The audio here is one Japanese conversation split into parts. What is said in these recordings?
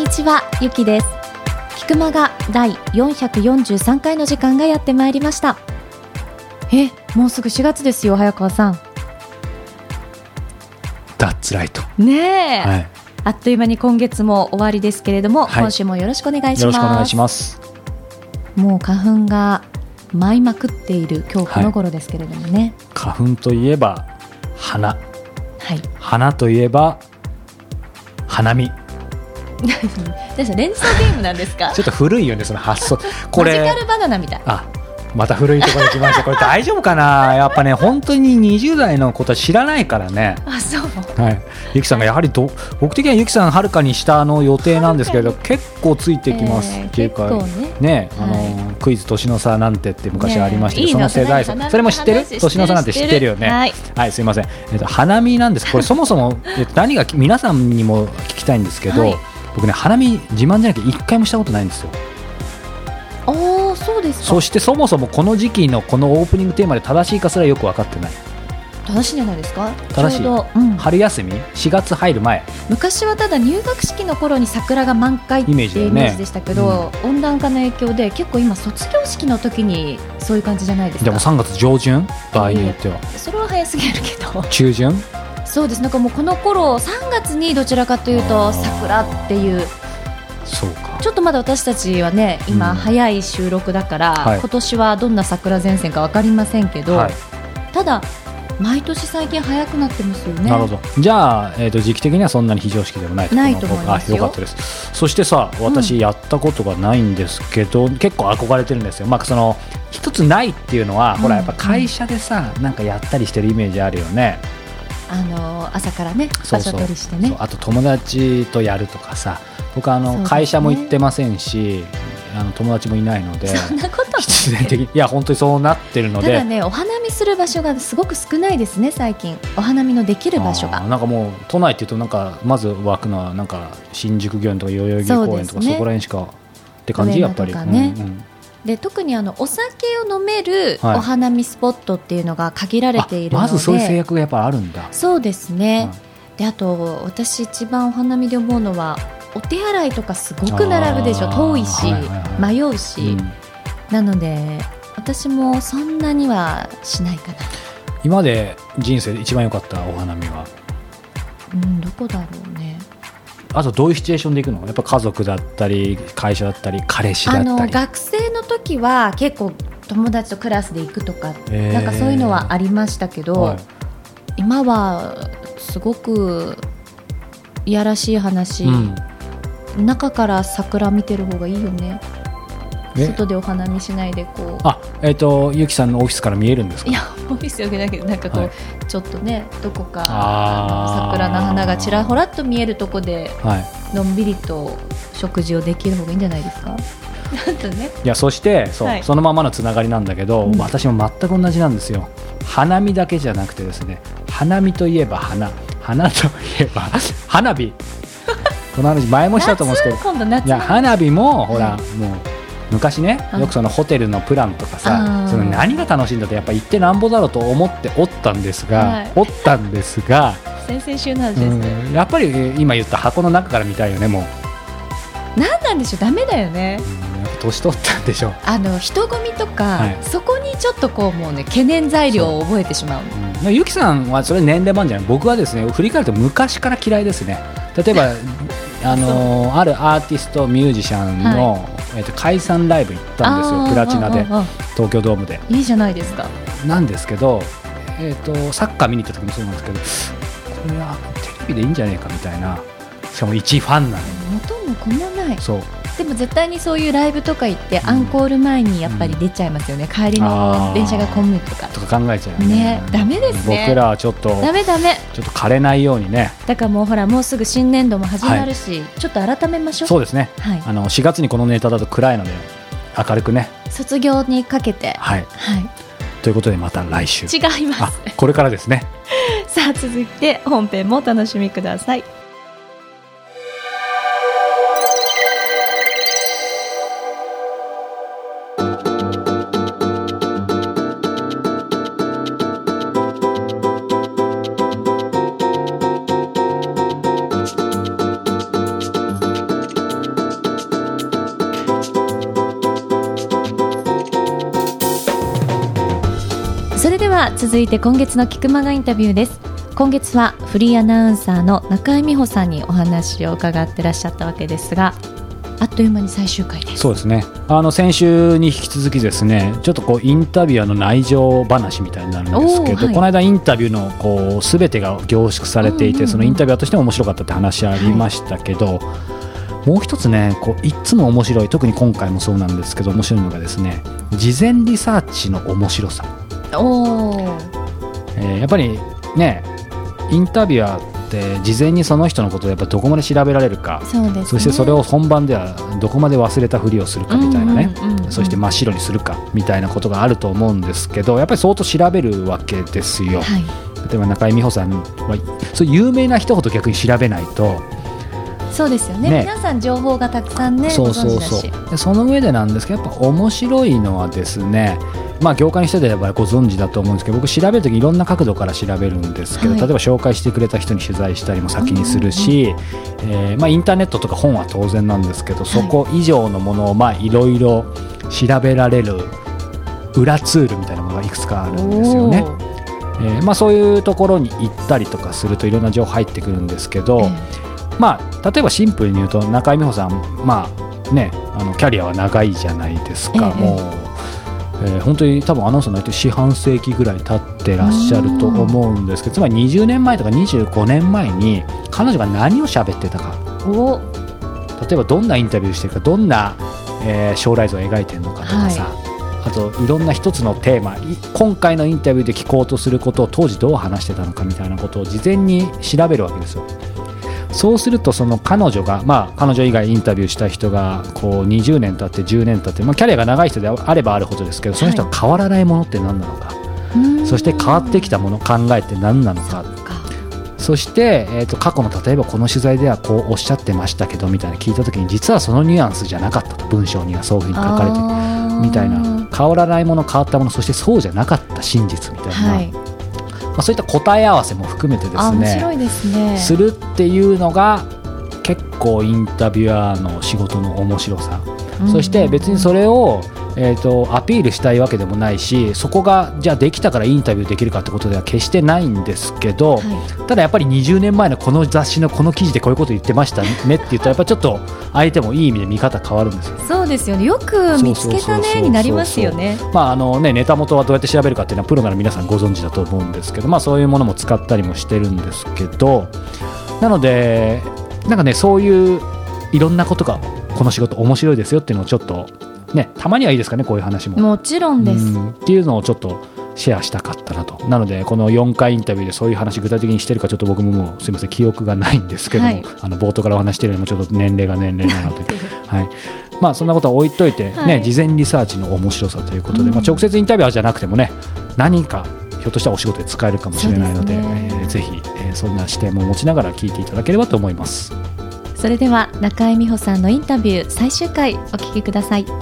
ちは、ゆきです。菊間が第443回の時間がやってまいりました。もうすぐ4月ですよ、早川さん。 That's right。 ねえ、 はい、 あっという間に今月も終わりですけれども、 はい、 今週もよろしくお願いします。 よろしくお願いします。 もう花粉が舞いまくっている今日この頃ですけれどもね、 はい、花粉といえば花、 はい、 花といえば花見連想ゲームなんですか？ ちょっと古いよね、その発想。これマジカルバナナみたい。 また古いところに来ました。これ大丈夫かな。やっぱね、本当に20代のことは知らないからね。 そう、 はい、ゆきさんがやはり僕的にはゆきさんはるかに下の予定なんですけれど、結構ついてきますっていうか、ね、クイズ年の差なんてって昔ありましたけど、その世代差、それも知ってる？年の差なんて知ってるよね。はい、すいません。花見なんです。これそもそも何が皆さんにも聞きたいんですけど、僕ね、花見自慢じゃなきゃ一回もしたことないんですよ。 そうですか。 そしてそもそもこの時期のこのオープニングテーマで正しいかすらよく分かってない。 正しいんじゃないですか。 正しい、春休み4月入る前。昔はただ入学式の頃に桜が満開っていうイメージでしたけど、温暖化の影響で結構今卒業式の時にそういう感じじゃないですか。 でも3月上旬、場合によっては、 それは早すぎるけど中旬。 そうです。なんかもうこの頃3月にどちらかというと桜っていう。 そうか。 ちょっとまだ私たちはね、今早い収録だから、今年はどんな桜前線か分かりませんけど、ただ毎年最近早くなってますよね。 なるほど。じゃあ、時期的にはそんなに非常識でもないと思いますよ。 よかったです。そしてさ、私やったことがないんですけど、結構憧れてるんですよ。その一つないっていうのは、ほらやっぱ会社でさ、なんかやったりしてるイメージあるよね。 朝からね、場所取りしてね。 あと友達とやるとかさ、僕会社も行ってませんし、友達もいないので、 そんなことない必然的に、いや本当にそうなってるので。 ただね、お花見する場所がすごく少ないですね、最近。お花見のできる場所がなんかもう都内っていうと、なんかまず湧くのはなんか新宿御苑とか代々木公園とか、そこら辺しかって感じ、やっぱり。で、特にお酒を飲めるお花見スポットっていうのが限られているので、 まずそういう制約がやっぱあるんだ。 そうですね、で、あと私一番お花見で思うのは、お手洗いとかすごく並ぶでしょ。遠いし、迷うし、なので私もそんなにはしないかな。 今まで人生で一番良かったお花見は、 どこだろうね。 あとどういうシチュエーションで行くの？やっぱ家族だったり会社だったり彼氏だったり。 学生の時は結構友達とクラスで行くとか、なんかそういうのはありましたけど、今はすごくいやらしい話、中から桜見てる方がいいよね。外でお花見しないでこう。 ゆきさんのオフィスから見えるんですか？ いや、オフィスよりだけど、なんかこう、ちょっとね、どこか桜の花がちらほらっと見えるとこで、のんびりと食事をできる方がいいんじゃないですか。なんとね。 いや、そしてそのままのつながりなんだけど、私も全く同じなんですよ。花見だけじゃなくてですね、花見といえば花といえば花火この話前もしたと思うんですけど、いや、花火もほら、もう昔ね、よくそのホテルのプランとかさ、その何が楽しいんだってやっぱ行ってなんぼだろうと思っておったんですが、 先々週の話ですね。 やっぱり今言った箱の中から見たいよね。もう何なんでしょう、ダメだよね。 やっぱ年取ったんでしょう。 人混みとか、そこにちょっとこう、もうね、懸念材料を覚えてしまう。 ゆきさんはそれ年齢版じゃない。僕はですね、振り返ると昔から嫌いですね。例えばあるアーティストミュージシャンの、解散ライブ行ったんですよ。プラチナで、東京ドームで。 いいじゃないですか。 なんですけど、サッカー見に行った時もそうなんですけど、これはテレビでいいんじゃねえかみたいな。しかも一ファンなの。 元も子もない。 そう。 でも絶対にそういうライブとか行って、アンコール前にやっぱり出ちゃいますよね。帰りの電車が混むとか考えちゃうね。ダメですね。 僕らはちょっとダメちょっと枯れないようにね。 だからもうほら、もうすぐ新年度も始まるし、ちょっと改めましょう。 そうですね、4月にこのネタだと暗いので明るくね、 卒業にかけて、 ということでまた来週。 違います。 これからですね。 さあ、続いて本編もお楽しみください。 それでは続いて今月のキクマガインタビューです。今月はフリーアナウンサーの中井美穂さんにお話を伺ってらっしゃったわけですが、あっという間に最終回です。 そうですね、先週に引き続きですね、ちょっとこうインタビュアーの内情話みたいになるんですけど、はい、この間インタビューのこう全てが凝縮されていて、そのインタビュアーとしても面白かったって話ありましたけど、はい、もう一つね、こういつも面白い、特に今回もそうなんですけど面白いのがですね、事前リサーチの面白さ。やっぱりね、インタビュアーって事前にその人のことをやっぱどこまで調べられるか、 そうですね、そしてそれを本番ではどこまで忘れたふりをするかみたいなね、そして真っ白にするかみたいなことがあると思うんですけど、やっぱり相当調べるわけですよ、はい、例えば中井美穂さんはそういう有名な人ほど逆に調べないと。 そうですよ ね、皆さん情報がたくさんね、 そうそうそう、 ご存知だし、 でその上でなんですけど、やっぱ面白いのはですね、まあ、業界の人であればご存知だと思うんですけど、僕調べるときいろんな角度から調べるんですけど、はい、例えば紹介してくれた人に取材したりも先にするし、まあ、インターネットとか本は当然なんですけど、そこ以上のものをいろいろ調べられる裏ツールみたいなものがいくつかあるんですよね。まあ、そういうところに行ったりとかするといろんな情報入ってくるんですけど、まあ、例えばシンプルに言うと中井美穂さん、まあね、キャリアは長いじゃないですか、もう、本当に多分アナウンサーになって四半世紀ぐらい経ってらっしゃると思うんですけど、つまり20年前とか25年前に彼女が何を喋ってたか、例えばどんなインタビューしてるか、どんな、将来像を描いてるのかとかさ、はい、あといろんな一つのテーマ、今回のインタビューで聞こうとすることを当時どう話してたのかみたいなことを事前に調べるわけですよ。そうするとその彼女が、まあ、彼女以外インタビューした人がこう20年経って10年経って、まあ、キャリアが長い人であればあるほどですけど、その人が変わらないものって何なのか、はい、そして変わってきたもの考えって何なのか、そして、過去の例えばこの取材ではこうおっしゃってましたけどみたいな聞いた時に、実はそのニュアンスじゃなかったと、文章にはそういうふうに書かれてみたいな、変わらないもの変わったもの、そしてそうじゃなかった真実みたいな、はい、まあ、そういった答え合わせも含めてですね、 面白いですね、 するっていうのが結構インタビュアーの仕事の面白さ、そして別にそれを、アピールしたいわけでもないし、そこがじゃあできたからインタビューできるかってことでは決してないんですけど、はい、ただやっぱり20年前のこの雑誌のこの記事でこういうこと言ってましたねって言ったら、やっぱちょっと相手もいい意味で見方変わるんですよ。 そうですよね、よく見つけたねになりますよね。 まあネタ元はどうやって調べるかっていうのはプロなら皆さんご存知だと思うんですけど、まあ、そういうものも使ったりもしてるんですけど、なのでなんかね、そういういろんなことがこの仕事面白いですよっていうのをちょっとね、たまにはいいですかね、こういう話も。 もちろんです。 っていうのをちょっとシェアしたかったなと。なのでこの4回インタビューでそういう話具体的にしてるかちょっと僕ももうすいません記憶がないんですけども、はい、冒頭からお話してるよりもちょっと年齢がなのではい、まあ、そんなことは置いといて、ね、はい、事前リサーチの面白さということで、まあ、直接インタビュアーじゃなくてもね、何かひょっとしたらお仕事で使えるかもしれないので、ぜひ、そんな視点も持ちながら聞いていただければと思います。 それでは中井美穂さんのインタビュー最終回お聞きください。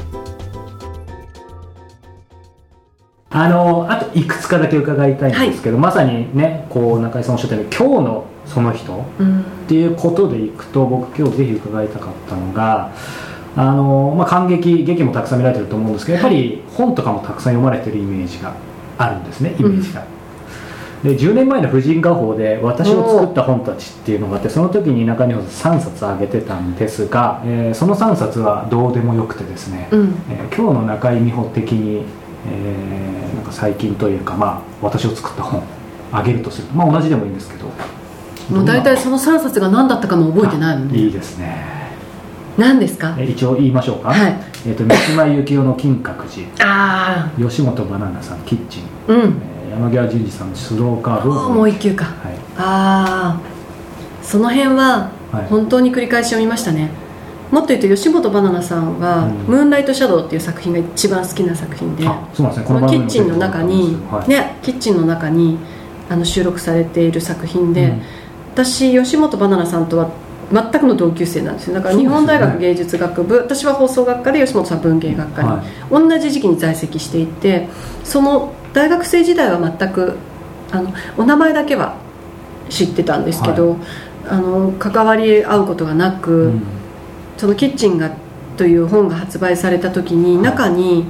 あといくつかだけ伺いたいんですけど、はい、まさにね、こう中井さんおっしゃったように今日のその人っていうことでいくと、僕今日ぜひ伺いたかったのが、まあ、感激もたくさん見られてると思うんですけど、やっぱり本とかもたくさん読まれてるイメージがあるんですね、イメージが。で10年前の婦人画報で私を作った本たちっていうのがあって、その時に中井美穂さん3冊挙げてたんですが、その3冊はどうでもよくてですね、今日の中井美穂的に、なんか最近というか、まあ、私を作った本あげるとすると、まあ、同じでもいいんですけど、 もう大体その3冊が何だったかも覚えてないので。 いいですね。 何ですか？ 一応言いましょうか。はい、三島由紀夫の金閣寺、吉本ばななさんキッチン、山際淳二さんのスローカーブ、 もう一級か、はい、その辺は本当に繰り返し読みましたね。もっと言うと吉本ばななさんは、ムーンライトシャドウっていう作品が一番好きな作品で、 そうなんですね、このキッチンの中に、キッチンの中に収録されている作品で、私吉本ばななさんとは全くの同級生なんですよ。だから日本大学芸術学部、私は放送学科で吉本さん文芸学科に、同じ時期に在籍していて、その大学生時代は全くお名前だけは知ってたんですけど、関わり合うことがなく、そのキッチンがという本が発売された時に、中に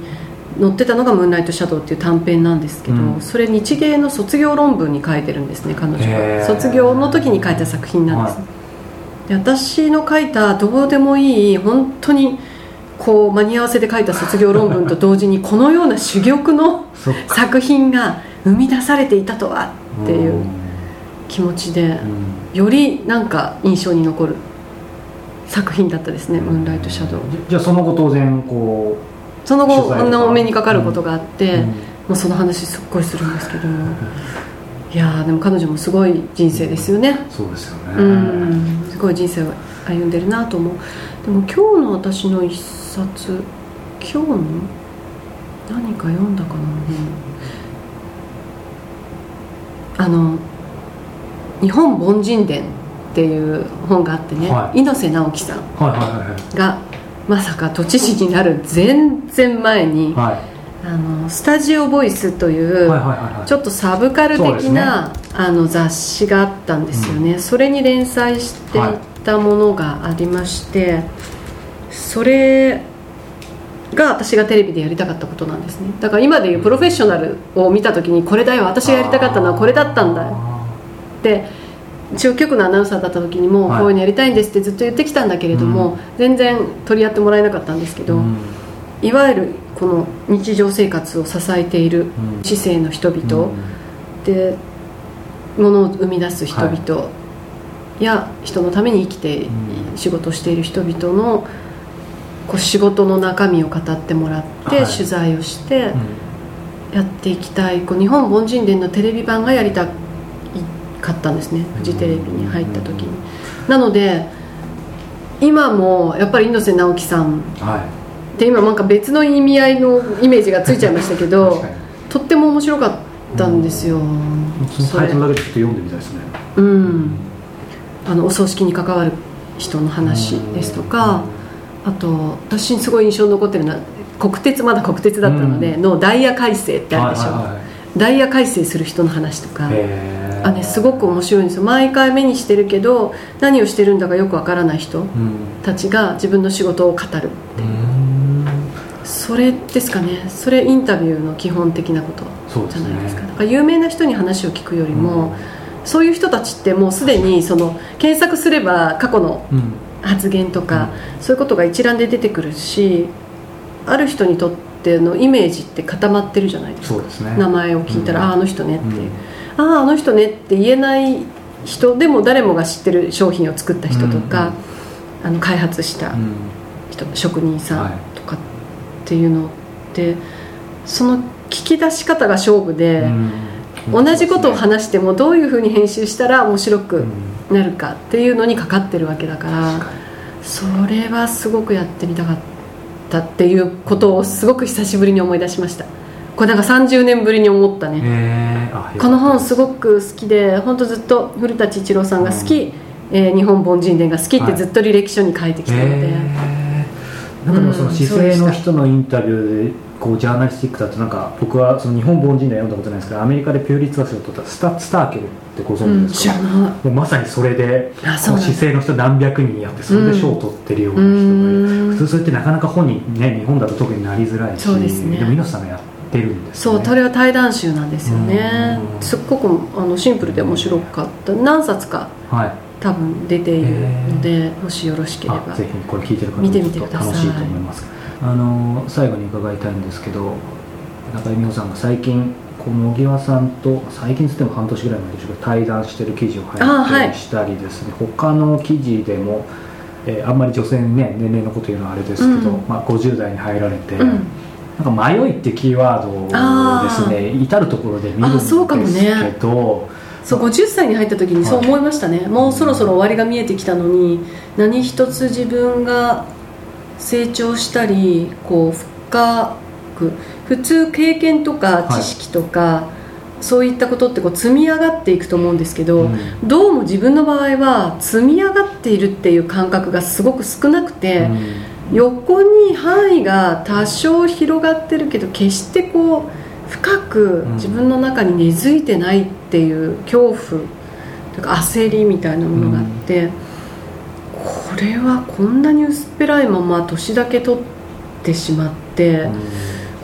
載ってたのがムーンライトシャドウっていう短編なんですけど、それ日芸の卒業論文に書いてるんですね、彼女が卒業の時に書いた作品なんです、で私の書いたどうでもいい本当にこう間に合わせで書いた卒業論文と同時にこのような珠玉の作品が生み出されていたとはっていう気持ちで、よりなんか印象に残る作品だったですね、ムーンライトシャドウ。 じゃあその後当然こうその後お目にかかることがあって、もうその話すっごいするんですけど、いやでも彼女もすごい人生ですよね。 そうですよね、 すごい人生を歩んでるなと思う。でも今日の私の一冊、今日の何か読んだかな、日本凡人伝っていう本があってね、猪瀬直樹さんがまさか都知事になる全然前に、スタジオボイスというちょっとサブカル的な、雑誌があったんですよね、それに連載していたものがありまして、それが私がテレビでやりたかったことなんですね。だから今でいうプロフェッショナルを見た時に、これだよ、私がやりたかったのはこれだったんだって中局のアナウンサーだった時にも、こういうのやりたいんですってずっと言ってきたんだけれども、全然取り合ってもらえなかったんですけど、いわゆるこの日常生活を支えている市政の人々で、物を生み出す人々や人のために生きて仕事をしている人々のこう仕事の中身を語ってもらって、取材をしてやっていきたい、こう日本凡人伝のテレビ版がやりたかったんですね、フジテレビに入った時に。なので今もやっぱり猪瀬直樹さんで、今なんか別の意味合いのイメージがついちゃいましたけどとっても面白かったんですよ。 そのタイトルだけちょっと読んでみたいですね。 お葬式に関わる人の話ですとか、あと私にすごい印象に残ってるのはまだ国鉄だったのでのダイヤ改正ってあるでしょ、ダイヤ改正する人の話とか、すごく面白いんですよ。毎回目にしてるけど何をしてるんだかよくわからない人たちが自分の仕事を語るっていう、それですかね。それインタビューの基本的なことじゃないですか。だから有名な人に話を聞くよりも、そういう人たちってもうすでにその検索すれば過去の発言とか、そういうことが一覧で出てくるし、ある人にとってのイメージって固まってるじゃないですか。 そうですね、 名前を聞いたら、あの人ねって、あの人ねって言えない人でも誰もが知ってる商品を作った人とか、開発した人、職人さんとかっていうのって、その聞き出し方が勝負で、同じことを話してもどういうふうに編集したら面白くなるかっていうのにかかってるわけだから、それはすごくやってみたかったっていうことをすごく久しぶりに思い出しました。これなんか30年ぶりに思ったね。この本すごく好きで、本当ずっと古舘一郎さんが好き、日本凡人伝が好きってずっと履歴書に書いてきたので、 なんかでもその市政の人のインタビューでこうジャーナリスティックだと、なんか僕はその日本凡人伝読んだことないですけど、アメリカでピューリッツァー賞を取ったスターケルってご存知ですか？もうまさにそれで市政の人何百人やって、それで賞を取ってるような人がいる。普通それってなかなか本にね、日本だと特になりづらいし、 そうですね、 でも猪瀬さんがやってるんですね。 そう、それは対談集なんですよね。すっごくシンプルで面白かった。何冊か、多分出ているので、もしよろしければぜひこれ聞いてる方見てみてください。 楽しいと思います。最後に伺いたいんですけど、中井美穂さんが最近野際さんと、最近つっても半年ぐらい前でしょうか、対談してる記事を拝見したりですね、他の記事でも、あんまり女性にね年齢のこと言うのはあれですけど、50代に入られて、なんか迷いってキーワードをですね、至るところで見るんですけど、 そう、50歳に入った時にそう思いましたね。もうそろそろ終わりが見えてきたのに、何一つ自分が成長したり、こう深く、普通経験とか知識とか、そういったことってこう積み上がっていくと思うんですけど、どうも自分の場合は積み上がっているっていう感覚がすごく少なくて、横に範囲が多少広がってるけど、決してこう深く自分の中に根付いてないっていう恐怖とか焦りみたいなものがあって、これはこんなに薄っぺらいまま年だけ取ってしまって、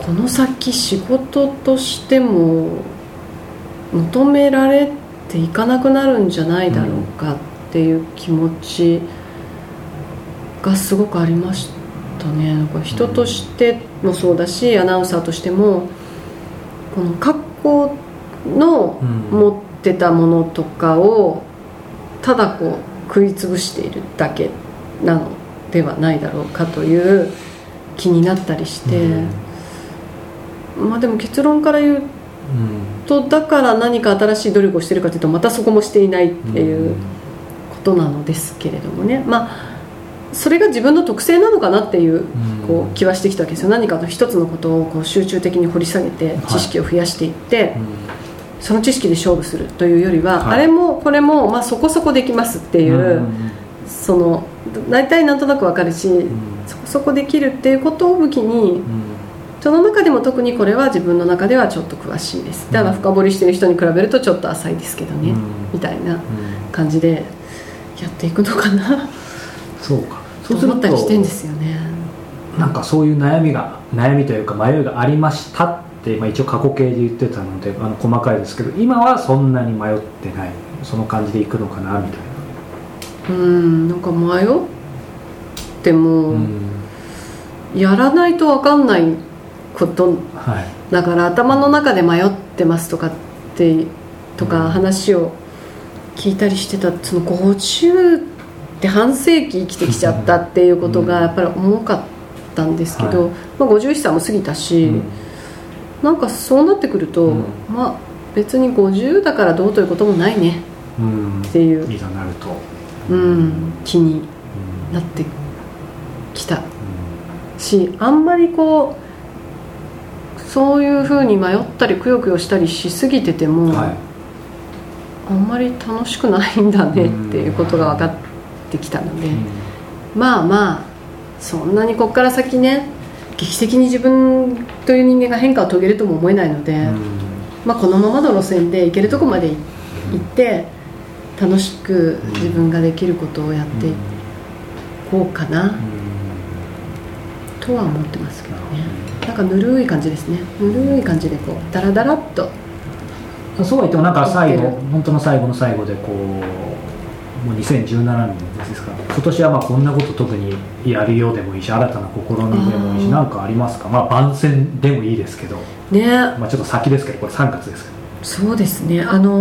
この先仕事としても求められていかなくなるんじゃないだろうかっていう気持ちがすごくありましたね。なんか人としてもそうだし、アナウンサーとしてもこの格好の持ってたものとかをただこう食い潰しているだけなのではないだろうかという気になったりして、まあでも結論から言うと、だから何か新しい努力をしているかというとまたそこもしていないっていうことなのですけれどもね、まあそれが自分の特性なのかなっていうこう気はしてきたわけですよ。何かの一つのことをこう集中的に掘り下げて知識を増やしていって、その知識で勝負するというよりは、あれもこれもまあそこそこできますっていう、その大体なんとなく分かるし、そこそこできるっていうことを武器に、その中でも特にこれは自分の中ではちょっと詳しいです、だから深掘りしてる人に比べるとちょっと浅いですけどね、みたいな感じでやっていくのかな。 そうか、 そう思ったりしてんですよね。 なんかそういう悩みというか迷いがありましたって、まあ、一応過去形で言ってたので細かいですけど、今はそんなに迷ってない、その感じでいくのかなみたいな。 なんか迷っても、やらないと分かんないことだから、頭の中で迷ってますとか話を聞いたりしてた。その50で半世紀生きてきちゃったっていうことがやっぱり重かったんですけど、まあ、51歳も過ぎたし、なんかそうなってくると、まあ別に50だからどうということもないねっていう、 いざなると、 気になってきたし、あんまりこうそういうふうに迷ったりくよくよしたりしすぎてても、あんまり楽しくないんだねっていうことが分かってきたので、まあまあそんなにここから先ね劇的に自分という人間が変化を遂げるとも思えないので、まあ、このままの路線で行けるとこまで行って楽しく自分ができることをやっていこうかなとは思ってますけどね。なんかぬるい感じですね。ぬるい感じでこうダラダラっと。 そうは言ってもなんか本当の最後の最後でこうもう2017年ですか、今年はまあこんなこと特にやるようでもいいし、新たな試みでもいいし、何かありますか。まあ番宣でもいいですけどね、まあ、ちょっと先ですけど、これ3月ですけど。 そうですね、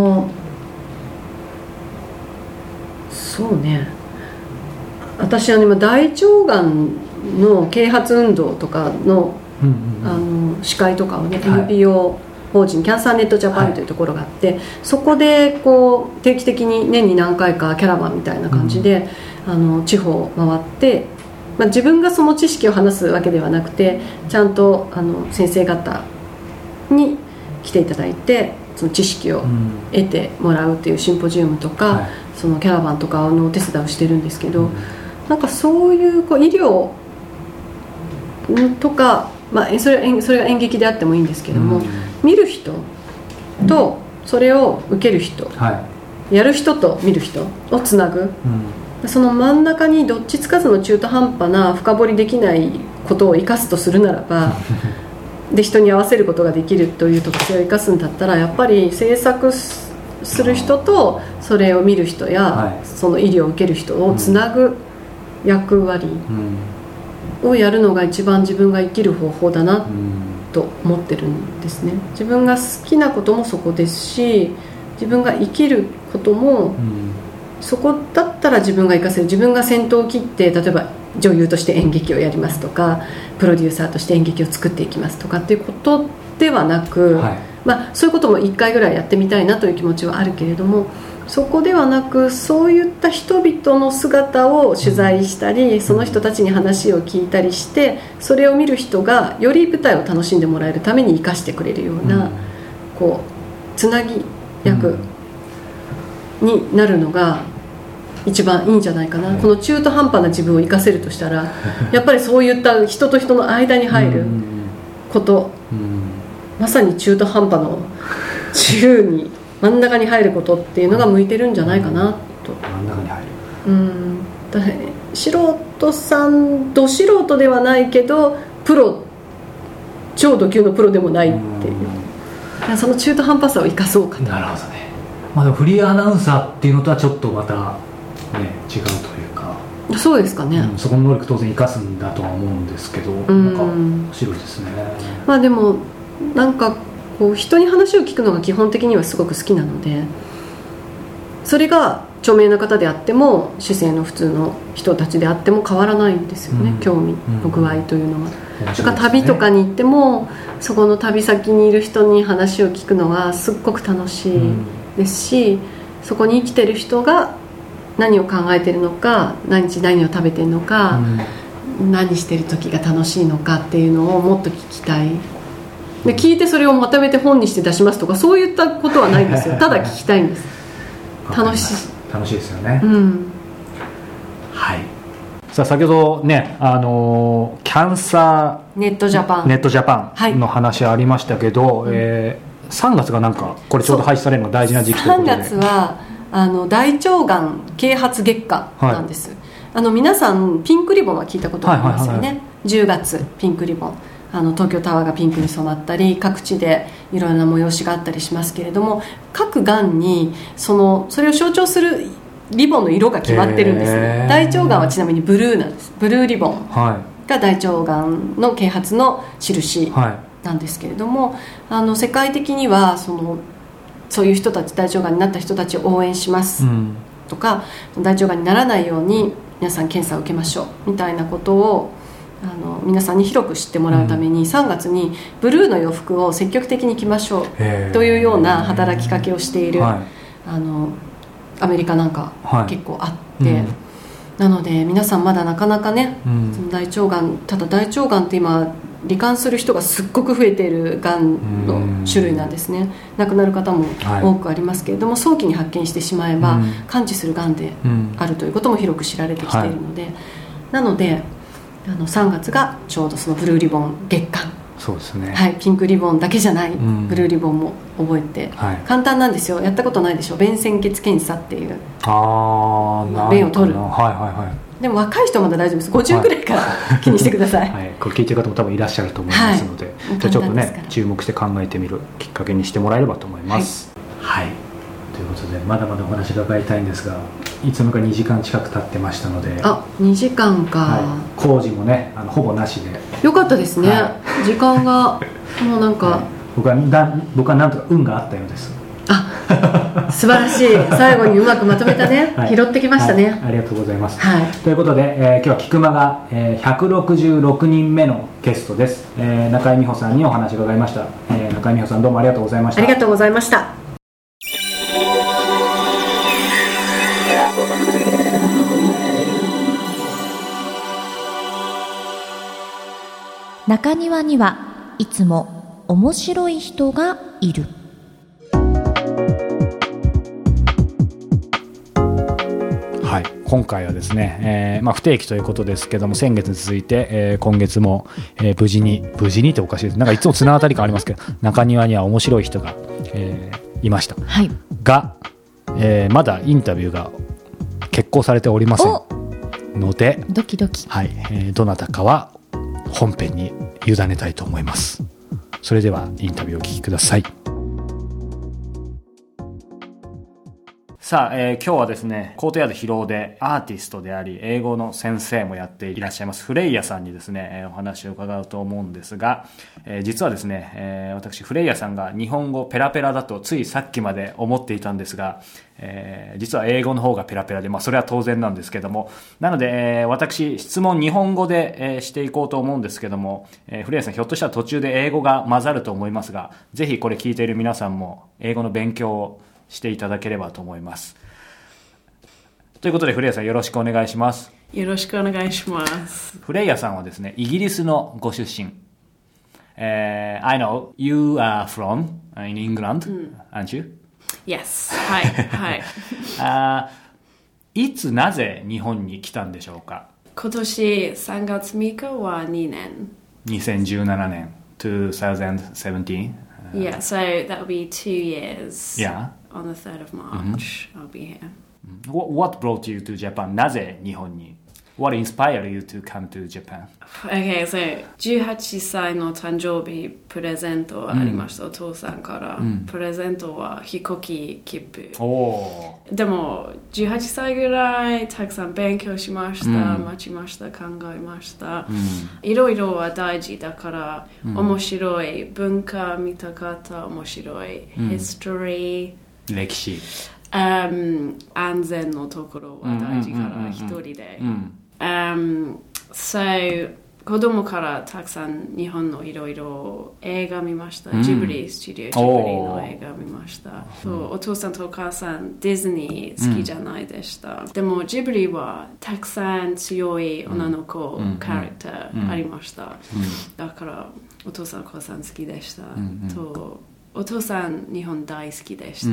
そうね、私は今大腸がんの啓発運動とかの、司会とかをね、NPO法人キャンサーネットジャパンというところがあって、そこでこう定期的に年に何回かキャラバンみたいな感じで、地方を回って、まあ、自分がその知識を話すわけではなくて、ちゃんと先生方に来ていただいてその知識を得てもらうというシンポジウムとか、そのキャラバンとかのお手伝いをしてるんですけど、なんかそういう、医療とか、まあ、それが演劇であってもいいんですけども、見る人とそれを受ける人、やる人と見る人をつなぐ、その真ん中にどっちつかずの中途半端な深掘りできないことを生かすとするならばで人に合わせることができるという特性を生かすんだったら、やっぱり制作する人とそれを見る人や、その医療を受ける人をつなぐ役割をやるのが一番自分が生きる方法だなと思ってるんですね。自分が好きなこともそこですし、自分が生きることもそこだったら自分が活かせる。自分が先頭を切って、例えば女優として演劇をやりますとか、プロデューサーとして演劇を作っていきますとかっていうことではなく、まあ、そういうことも1回ぐらいやってみたいなという気持ちはあるけれども、そこではなく、そういった人々の姿を取材したり、その人たちに話を聞いたりして、それを見る人がより舞台を楽しんでもらえるために生かしてくれるような、こうつなぎ役になるのが一番いいんじゃないかな。この中途半端な自分を生かせるとしたら、やっぱりそういった人と人の間に入ること、まさに中途半端の自由に真ん中に入ることっていうのが向いてるんじゃないかなと。 真ん中に入る。 素人さん、ど素人ではないけどプロ超度級のプロでもないっていう、その中途半端さを生かそうかと。 なるほどね。でもフリーアナウンサーっていうのとはちょっとまた、ね、違うというか。 そうですかね、 そこの能力当然生かすんだとは思うんですけど、なんか面白いですね。 でもなんかこう人に話を聞くのが基本的にはすごく好きなので、それが著名な方であっても市井の普通の人たちであっても変わらないんですよね、興味の具合というのは。だから旅とかに行ってもそこの旅先にいる人に話を聞くのがすっごく楽しいですし、そこに生きてる人が何を考えてるのか、何日何を食べてるのか、何してる時が楽しいのかっていうのをもっと聞きたい。で聞いてそれをまとめて本にして出しますとかそういったことはないんですよ。ただ聞きたいんです。楽しいですよね、はい。さあ先ほどね、キャンサーネットジャパンの話ありましたけど、3月がなんかこれちょうど廃止されるのが大事な時期ということで、 3月は大腸がん啓発月間なんです、皆さんピンクリボンは聞いたことありますよね、10月ピンクリボン、東京タワーがピンクに染まったり各地でいろいろな催しがあったりしますけれども、各がんにそれを象徴するリボンの色が決まってるんですね。大腸がんはちなみにブルーなんです。ブルーリボンが大腸がんの啓発の印なんですけれども、世界的にはそういう人たち、大腸がんになった人たちを応援しますとか、大腸がんにならないように皆さん検査を受けましょうみたいなことを皆さんに広く知ってもらうために、3月にブルーの洋服を積極的に着ましょうというような働きかけをしている、アメリカなんか結構あって、なので皆さんまだなかなかね、その大腸がん、ただ大腸がんって今罹患する人がすっごく増えているがんの種類なんですね。亡くなる方も多くありますけれども、早期に発見してしまえば完治するがんであるということも広く知られてきているので、なので3月がちょうどそのブルーリボン月間。 そうですね、 ピンクリボンだけじゃない、ブルーリボンも覚えて、簡単なんですよ。やったことないでしょ、便潜血検査っていう、便を取る、でも若い人はまだ大丈夫です。50くらいから気にしてください、 これ聞いてる方も多分いらっしゃると思いますので、じゃあちょっとね注目して考えてみるきっかけにしてもらえればと思います。ということでまだまだお話伺いたいんですが、いつもか2時間近く経ってましたので。 2時間か、 工事もねほぼなしでよかったですね、時間がもうなんか、 僕はなんとか運があったようです。 素晴らしい、最後にうまくまとめたね、拾ってきましたね、 ありがとうございます、ということで、今日は菊間が、166人目のゲストです、中井美穂さんにお話を伺いました、中井美穂さんどうもありがとうございました。 ありがとうございました。 中庭にはいつも面白い人がいる。 今回はですね、不定期ということですけども、先月に続いて、今月も、無事にっておかしいです。なんかいつも綱渡り感ありますけど、中庭には面白い人が、いました、が、まだインタビューが決行されておりませんので、 ドキドキ、 どなたかは本編に委ねたいと思います。それではインタビューをお聞きください。さあ、今日はですね、コートヤード広尾でアーティストであり英語の先生もやっていらっしゃいますフレイヤさんにですね、お話を伺うと思うんですが、実はですね、私フレイヤさんが日本語ペラペラだとついさっきまで思っていたんですが、実は英語の方がペラペラで、それは当然なんですけども、なので、私質問日本語で、していこうと思うんですけども、フレイヤさんひょっとしたら途中で英語が混ざると思いますが、ぜひこれ聞いている皆さんも英語の勉強をしていただければと思います。ということでフレイヤさんよろしくお願いします。 よろしくお願いします。 フレイヤさんはですね、イギリスのご出身。I know you are from in England, aren't you? Yes. はい。 いつなぜ日本に来たんでしょうか。 今年3月3日は2年。 2017年。2017. Yeah, so that will be 2 years. Yeah. On the 3rd of March, I'll be here. What brought you to Japan? なぜ日本に？ What inspired you to come to Japan? Okay, so 18歳の誕生日プレゼントありました、お父さんから、プレゼントは飛行機切符。でも18歳ぐらいたくさん勉強しました、待ちました、考えました、いろいろは大事だから、面白い文化見たかった、面白い、history 歴史、 安全のところは大事から一人で、So 子供からたくさん日本のいろいろ映画見ました、ジブリスタジオジブリの映画見ました、お父さんとお母さんディズニー好きじゃないでした、でもジブリはたくさん強い女の子、キャラクターありました、だからお父さんお母さん好きでした、とお父さん日本大好きでした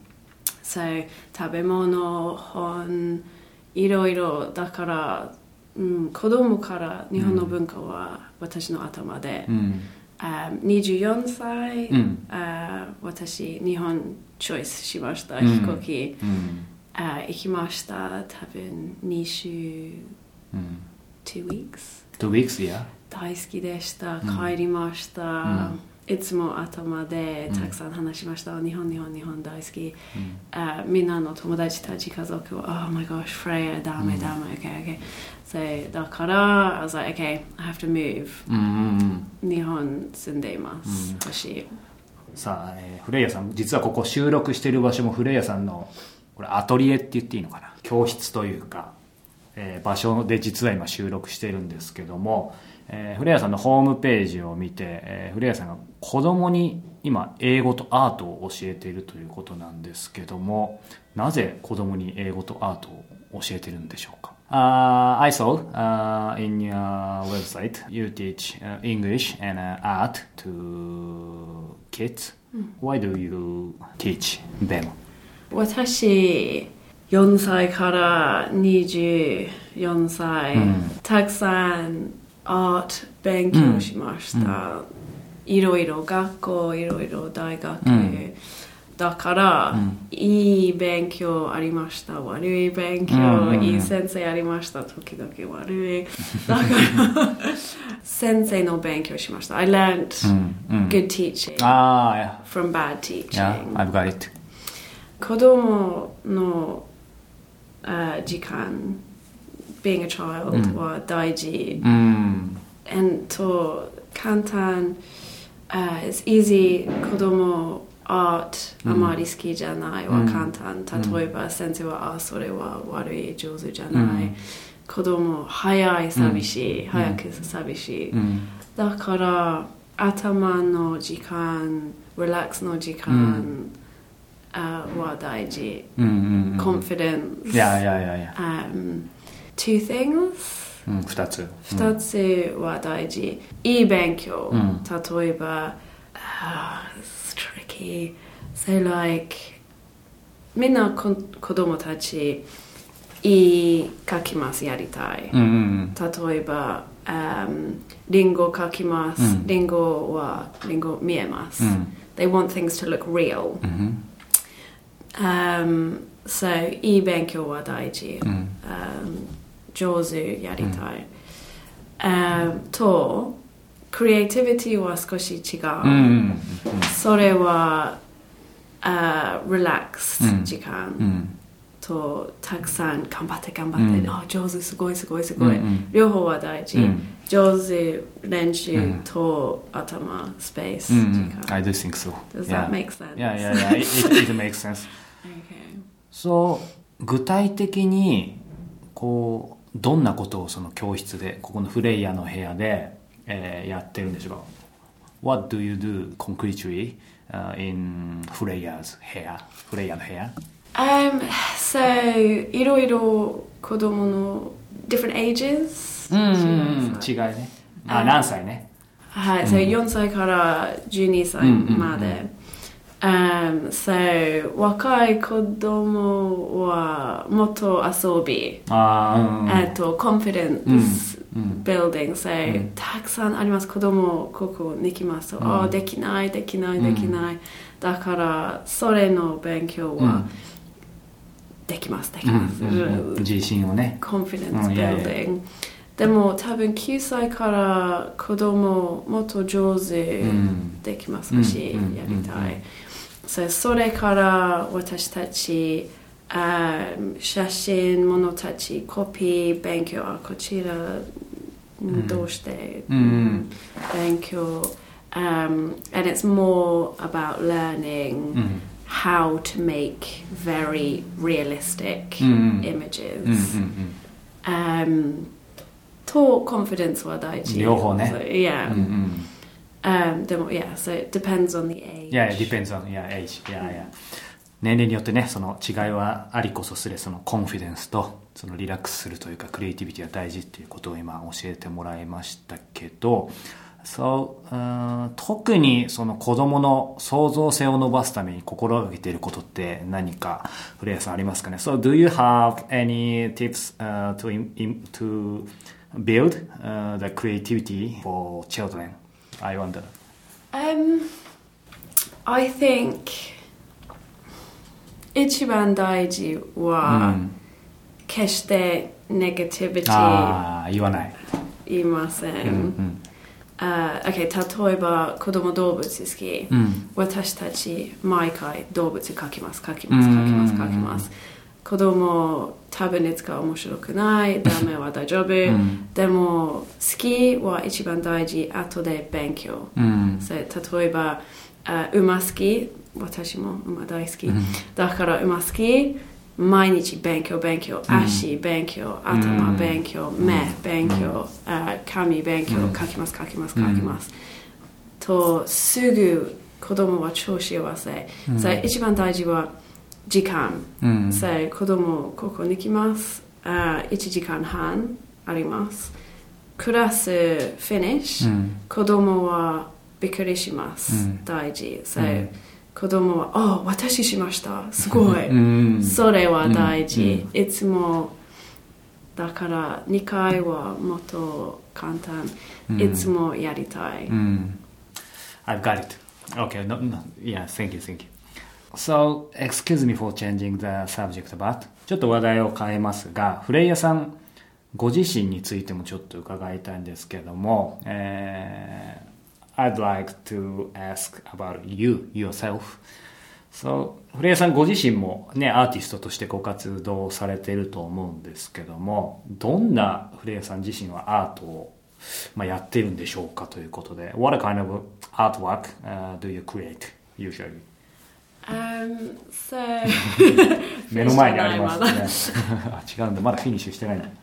、So 食べ物本いろいろだから、子供から日本の文化は私の頭で、24歳、私日本チョイスしました、飛行機、行きました、多分2週、2 weeks、 yeah. 大好きでした、帰りました、いつも頭でたくさん話しました、日本大好き、みんなの友達たち家族は Oh my gosh, Freya ダメ、okay. So だから I was like, okay, I have to move、日本住んでいます、欲しい。 さあ、フレイヤさん、実はここ収録している場所もフレイヤさんのこれアトリエって言っていいのかな、教室というか、場所で実は今収録しているんですけども、フレイヤさんのホームページを見て、フレイヤさんが子供に今英語とアートを教えているということなんですけども、なぜ子供に英語とアートを教えているんでしょうか。I saw in your website you teach English and art to kids. Why do you teach them? 私4歳から24歳、たくさんアート勉強しました、いろいろ学校、いろいろ大学、だから、いい勉強ありました、悪い勉強、いい先生ありました、時々悪い、だから先生の勉強しました。I learned good teaching from bad teaching. Yeah, I've got it. 子供の時間 being a child は大事、と簡単、it's easy 子供アートあまり好きじゃないは簡単、例えば先生はそれは悪い上手じゃない、子供早い寂しい、早く寂しい、だから頭の時間リラックスの時間、は大事、confidence、two things、 2つは大事、いい勉強、例えば、it's tricky, so like みんな子供たちいい書きますやりたい、例えば、リンゴ書きます、リンゴ見えます、they want things to look real、so いい勉強は大事、上手やりたい、とクリエイティビティは少し違う、それは、リラックス時間、とたくさん頑張って、上手すごい、両方は大事、上手練習と頭スペース時間。 I do think so. Does that make sense? Yeah. It makes sense. Okay. So 具体的にこうどんなことをその教室でここのフレイヤの部屋で、やってるんでしょうか。What do you do concretely in フレイヤの部屋 So いろいろ子供の different ages、 違いね。何歳ね。 はい、so 4歳から12歳まで。So 若い子供はもっと遊び、confidence building、so たくさんあります。子供ここに来ますと、できない、だからそれの勉強は、 できます、 自信をね、 コンフィデンスビルディング。でも多分9歳から子供もっと上手できますし、やりたい。それから私たち写真、物たち、コピー、勉強、こちらどうして勉強、and it's more about learning how to make very realistic images. とコンフィデンスは大事。 両方ね。 Yeah.でも yeah, so it depends on the age. Yeah, it depends on age. Yeah. 年齢によってね、その違いはありこそすれ、そのコンフィデンスとそのリラックスするというかクリエイティビティが大事っていうことを今教えてもらいましたけど、特にその子供の創造性を伸ばすために心がけていることって何か古谷さんありますかね。So do you have any tips to build the creativity for children? I wonder. I think 一番大事は、決してネガティビティ言わない。 言いません。例えば子供動物好き、私たち毎回動物描きます。子供多分熱が面白くない、ダメは大丈夫、でも好きは一番大事、後で勉強、例えば馬好き、私も馬大好き、だから馬好き、毎日勉強、足勉強、頭勉強、目勉強、紙勉強、書きますとすぐ子供は超幸せ、一番大事は時間、子供ここに来ます、1時間半あります、クラスフィニッシュ、子供はびっくりします、大事、子供は私しました、すごい、それは大事、いつもだから2回はもっと簡単、いつもやりたい。 I've got it. Okay, yeah, thank you. So, excuse me for changing the subject about. ちょっと話題を変えますが、フレイヤさんご自身についてもちょっと伺いたいんですけども、I'd like to ask about yourself. So, フレイヤさんご自身もね、アーティストとしてご活動されていると思うんですけども、どんなフレイヤさん自身はアートをやっているんでしょうかということで、What kind of artwork、do you create usually? So 目の前にありますね。違うんだ、まだフィニッシュしてないね。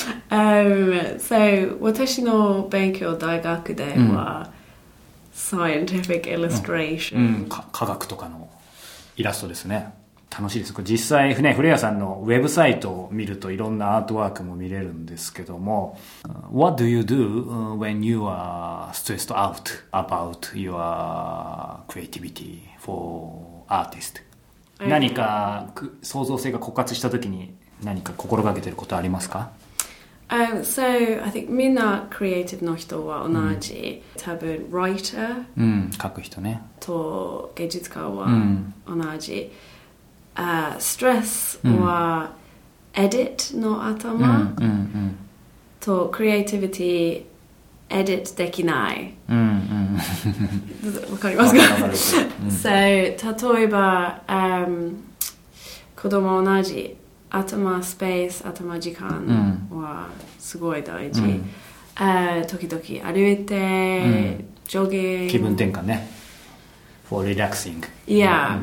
So 私の勉強大学では、scientific illustration、 科学とかのイラストですね。楽しいです。これ実際ね、フレアさんのウェブサイトを見るといろんなアートワークも見れるんですけども、What do you do when you are stressed out about your creativity for artist? 何か創造性が枯渇した時に何か心がけてることありますか ？So I think みんなクリエイティブの人は同じ、多分 writer、 書く人ね、 と芸術家は同じ、ストレスはエディットの頭、とクリエイティビティエディットできない、わかりますか？So 例えば、子供同じ頭スペース、頭時間はすごい大事、時々歩いて、ジョギング、 気分転換ね、for relaxing。 Yeah、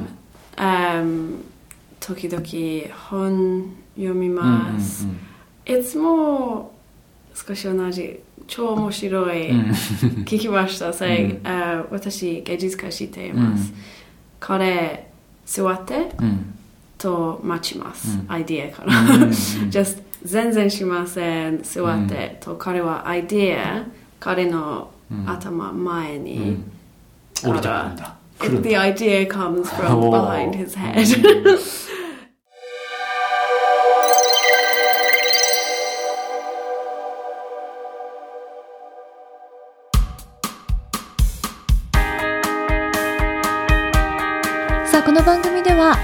時々本読みます、いつも少し同じ、超面白い、聞きました、私芸術家知っています、彼座って、と待ちます、アイディアから、just 全然しません、座って、と彼はアイディア、彼の頭前に、 降りてくるんだ。 The idea comes from behind his head. さあこの番組では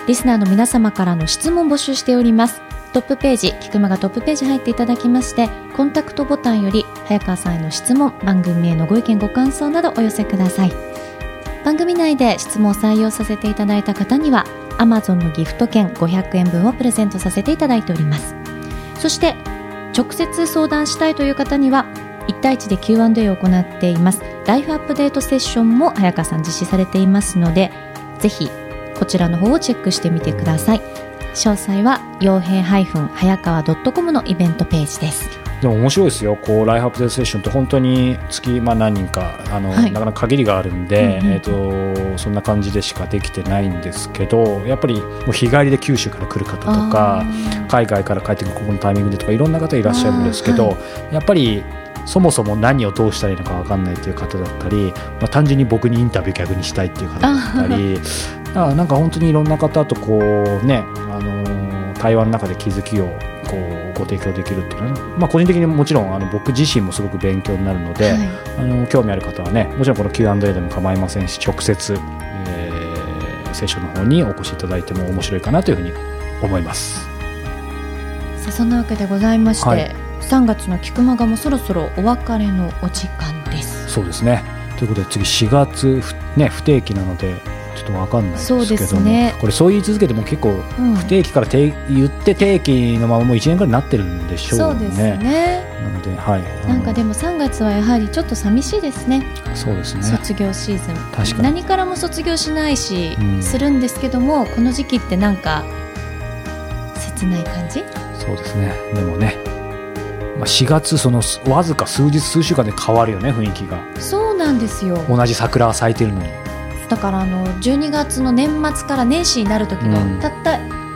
リスナーの皆様からの質問募集しております。トップページ、キクマがトップページ入っていただきまして、コンタクトボタンより早川さんへの質問、番組へのご意見ご感想などお寄せください。番組内で質問を採用させていただいた方には Amazon のギフト券500円分をプレゼントさせていただいております。そして直接相談したいという方には1対1で Q&A を行っています。ライフアップデートセッションも早川さん実施されていますので、ぜひこちらの方をチェックしてみてください。詳細は傭兵早川 .com のイベントページです。 でも面白いですよ。こうライフアップデートセッションって本当に月、何人かなかなか限りがあるんで、そんな感じでしかできてないんですけど、やっぱりもう日帰りで九州から来る方とか海外から帰ってくるここのタイミングでとかいろんな方いらっしゃるんですけど、やっぱりそもそも何をどうしたらいいのか分かんないという方だったり、単純に僕にインタビュー逆にしたいっていう方だったりなんか本当にいろんな方とこうね、対話の中で気づきをこうご提供できるっていうのは、個人的にもちろん僕自身もすごく勉強になるので、興味ある方はね、もちろんこの Q&A でも構いませんし、直接、セッションの方にお越しいただいても面白いかなというふうに思います。 さあ、そんなわけでございまして、3月のキクマガもそろそろお別れのお時間です。 そうですね。ということで次4月不定期なのでちょっと分かんないですけども、 そうですね、 これそう言い続けても結構不定期から言って定期のままもう1年くらいになってるんでしょうね。 そうですね。 なので、 なんかでも3月はやはりちょっと寂しいですね。 そうですね。 卒業シーズン、 確かに何からも卒業しないし、するんですけども、この時期ってなんか切ない感じ。 そうですね。でもね、4月わずか数日数週間で変わるよね、雰囲気が。 そうなんですよ。 同じ桜は咲いてるのに。 だから12月の年末から年始になる時の、たった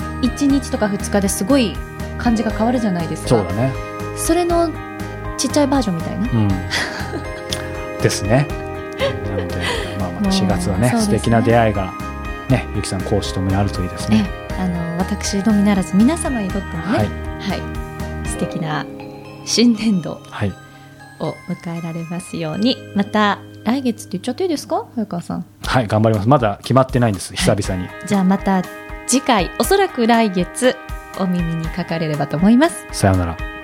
1日とか2日ですごい感じが変わるじゃないですか。 そうだね。 それのちっちゃいバージョンみたいな、 ですね。なので、また4月はね、素敵な出会いがね、ゆきさん講師ともにあるといいですね。 私のみならず皆様にとってもね、素敵な新年度を迎えられますように。また来月って言っちゃっていいですか、早川さん。 はい、頑張ります。まだ決まってないんです、久々に。 じゃあまた次回、おそらく来月お耳にかかれればと思います。 さようなら。